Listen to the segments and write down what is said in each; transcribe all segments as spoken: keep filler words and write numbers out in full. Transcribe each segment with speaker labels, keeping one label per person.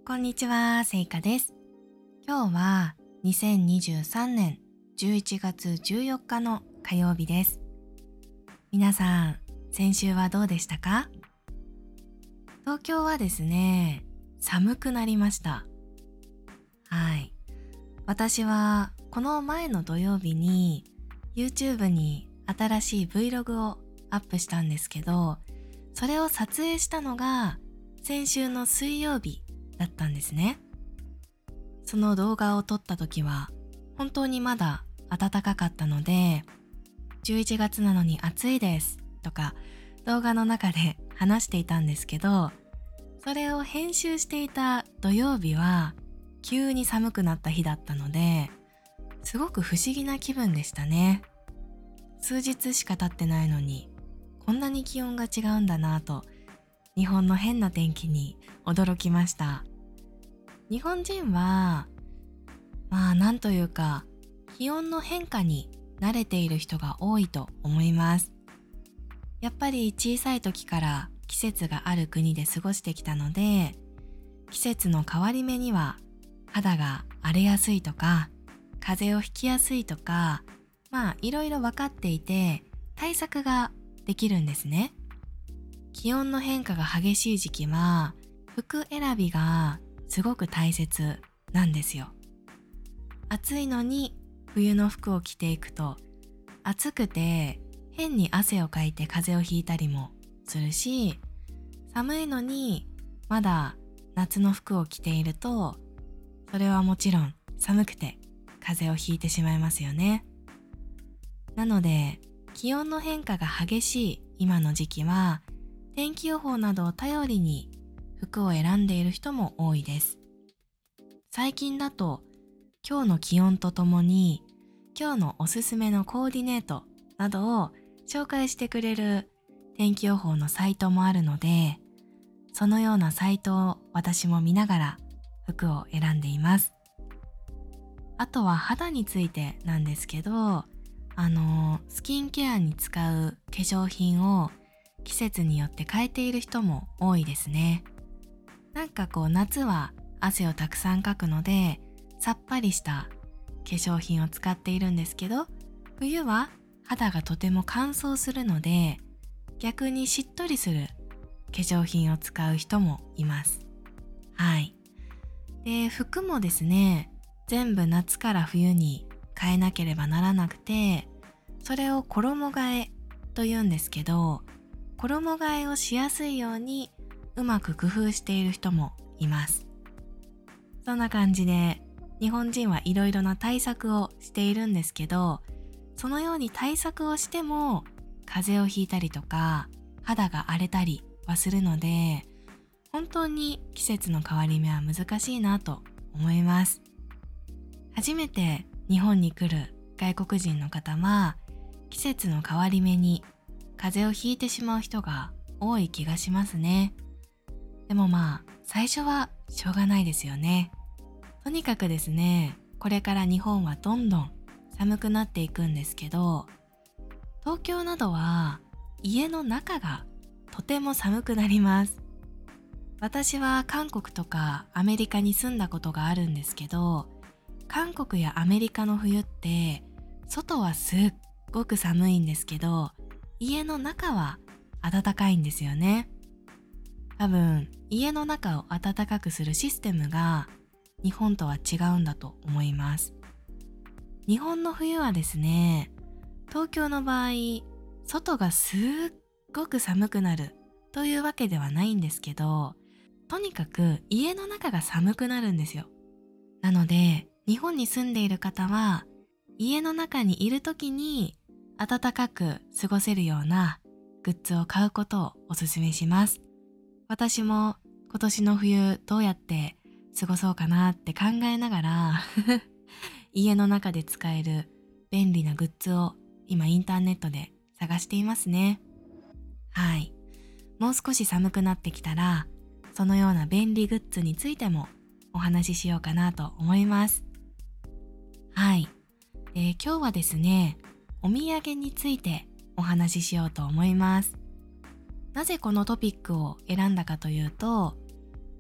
Speaker 1: こんにちは、せいかです。今日はにせんにじゅうさんねんじゅういちがつじゅうよっかの火曜日です。皆さん、先週はどうでしたか？東京はですね、寒くなりました。はい。私はこの前の土曜日に YouTube に新しい Vlog をアップしたんですけど、それを撮影したのが先週の水曜日だったんですね。その動画を撮った時は本当にまだ暖かかったので、じゅういちがつなのに暑いですとか動画の中で話していたんですけど、それを編集していた土曜日は急に寒くなった日だったので、すごく不思議な気分でしたね。数日しか経ってないのにこんなに気温が違うんだなぁと、日本の変な天気に驚きました。日本人はまあなんというか気温の変化に慣れている人が多いと思います。やっぱり小さい時から季節がある国で過ごしてきたので、季節の変わり目には肌が荒れやすいとか風邪をひきやすいとか、まあいろいろ分かっていて対策ができるんですね。気温の変化が激しい時期は服選びがすごく大切なんですよ。暑いのに冬の服を着ていくと暑くて変に汗をかいて風邪をひいたりもするし、寒いのにまだ夏の服を着ていると、それはもちろん寒くて風邪をひいてしまいますよね。なので気温の変化が激しい今の時期は天気予報などを頼りに服を選んでいる人も多いです。最近だと今日の気温とともに今日のおすすめのコーディネートなどを紹介してくれる天気予報のサイトもあるので、そのようなサイトを私も見ながら服を選んでいます。あとは肌についてなんですけど、あのスキンケアに使う化粧品を季節によって変えている人も多いですね。なんかこう夏は汗をたくさんかくのでさっぱりした化粧品を使っているんですけど、冬は肌がとても乾燥するので逆にしっとりする化粧品を使う人もいます。はい。で、服もですね、全部夏から冬に変えなければならなくて、それを衣替えと言うんですけど、衣替えをしやすいようにうまく工夫している人もいます。そんな感じで日本人はいろいろな対策をしているんですけど、そのように対策をしても風邪をひいたりとか肌が荒れたりはするので、本当に季節の変わり目は難しいなと思います。初めて日本に来る外国人の方は季節の変わり目に風邪をひいてしまう人が多い気がしますね。でもまあ最初はしょうがないですよね。とにかくですね、これから日本はどんどん寒くなっていくんですけど、東京などは家の中がとても寒くなります。私は韓国とかアメリカに住んだことがあるんですけど、韓国やアメリカの冬って外はすっごく寒いんですけど、家の中は暖かいんですよね。多分家の中を暖かくするシステムが日本とは違うんだと思います。日本の冬はですね、東京の場合外がすっごく寒くなるというわけではないんですけど、とにかく家の中が寒くなるんですよ。なので日本に住んでいる方は家の中にいる時に暖かく過ごせるようなグッズを買うことをお勧めします。私も今年の冬どうやって過ごそうかなって考えながら家の中で使える便利なグッズを今インターネットで探していますね。はい。もう少し寒くなってきたら、そのような便利グッズについてもお話ししようかなと思います。はい。で、今日はですね、お土産についてお話ししようと思います。なぜこのトピックを選んだかというと、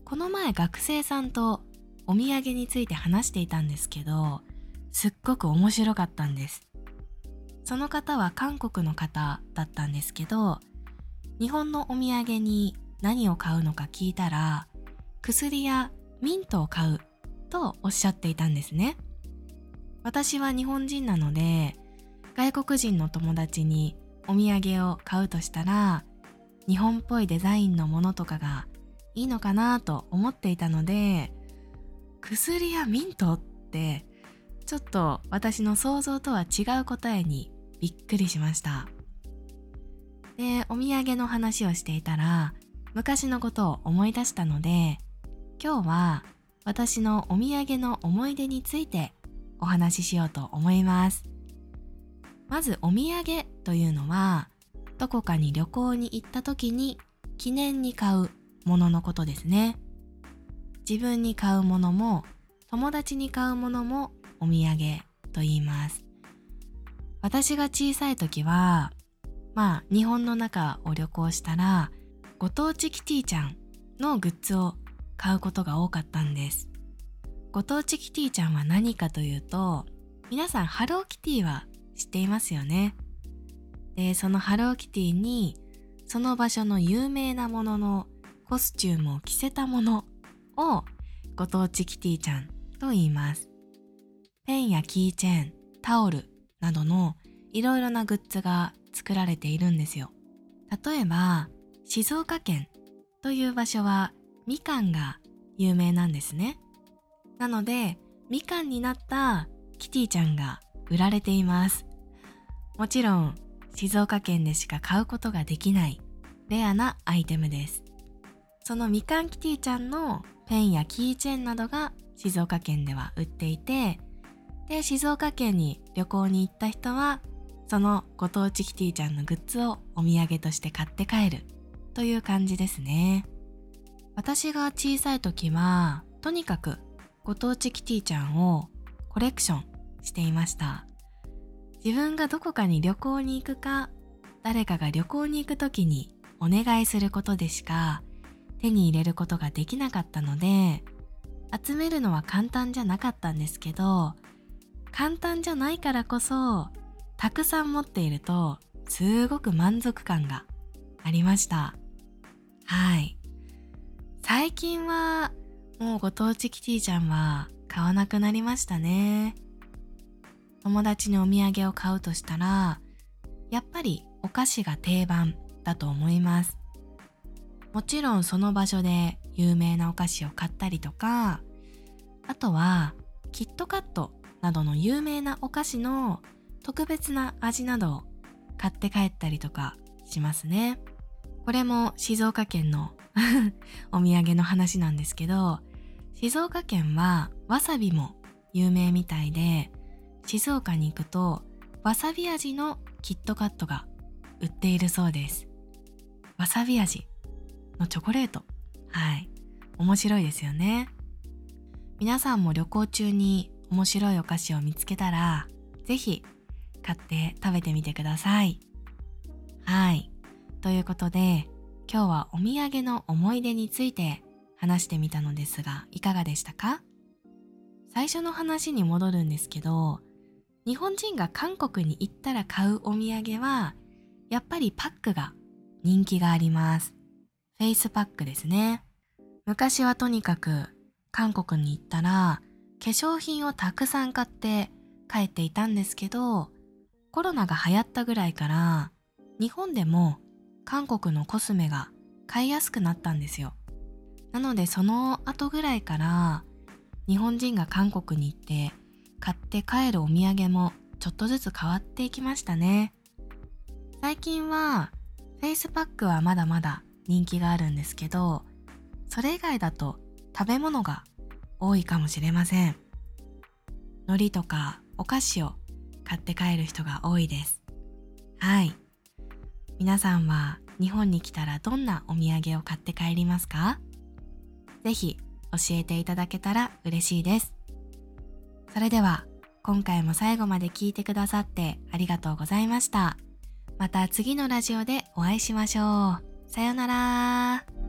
Speaker 1: この前学生さんとお土産について話していたんですけど、すっごく面白かったんです。その方は韓国の方だったんですけど、日本のお土産に何を買うのか聞いたら、薬やミントを買うとおっしゃっていたんですね。私は日本人なので、外国人の友達にお土産を買うとしたら、日本っぽいデザインのものとかがいいのかなと思っていたので、薬やミントってちょっと私の想像とは違う答えにびっくりしました。で、お土産の話をしていたら昔のことを思い出したので、今日は私のお土産の思い出についてお話ししようと思います。まずお土産というのは、どこかに旅行に行った時に記念に買うもののことですね。自分に買うものも友達に買うものもお土産と言います。私が小さい時は、まあ日本の中を旅行したらご当地キティちゃんのグッズを買うことが多かったんです。ご当地キティちゃんは何かというと、皆さんハローキティは知っていますよね。で、そのハローキティにその場所の有名なもののコスチュームを着せたものをご当地キティちゃんと言います。ペンやキーチェーン、タオルなどのいろいろなグッズが作られているんですよ。例えば静岡県という場所はみかんが有名なんですね。なのでみかんになったキティちゃんが売られています。もちろん静岡県でしか買うことができないレアなアイテムです。そのみかんキティちゃんのペンやキーチェーンなどが静岡県では売っていて、で、静岡県に旅行に行った人はそのご当地キティちゃんのグッズをお土産として買って帰るという感じですね。私が小さい時はとにかくご当地キティちゃんをコレクションしていました。自分がどこかに旅行に行くか、誰かが旅行に行く時にお願いすることでしか手に入れることができなかったので、集めるのは簡単じゃなかったんですけど、簡単じゃないからこそたくさん持っているとすごく満足感がありました。はい。最近はもうご当地キティちゃんは買わなくなりましたね。友達にお土産を買うとしたら、やっぱりお菓子が定番だと思います。もちろんその場所で有名なお菓子を買ったりとか、あとはキットカットなどの有名なお菓子の特別な味などを買って帰ったりとかしますね。これも静岡県のお土産の話なんですけど、静岡県はわさびも有名みたいで、静岡に行くとわさび味のキットカットが売っているそうです。わさび味のチョコレート、はい、面白いですよね。皆さんも旅行中に面白いお菓子を見つけたら、ぜひ買って食べてみてください。はい、ということで今日はお土産の思い出について話してみたのですが、いかがでしたか？最初の話に戻るんですけど、日本人が韓国に行ったら買うお土産はやっぱりパックが人気があります。フェイスパックですね。昔はとにかく韓国に行ったら化粧品をたくさん買って帰っていたんですけど、コロナが流行ったぐらいから日本でも韓国のコスメが買いやすくなったんですよ。なのでその後ぐらいから日本人が韓国に行って買って帰るお土産もちょっとずつ変わっていきましたね。最近はフェイスパックはまだまだ人気があるんですけど、それ以外だと食べ物が多いかもしれません。海苔とかお菓子を買って帰る人が多いです。はい。皆さんは日本に来たらどんなお土産を買って帰りますか？ぜひ教えていただけたら嬉しいです。それでは今回も最後まで聞いてくださってありがとうございました。また次のラジオでお会いしましょう。さよなら。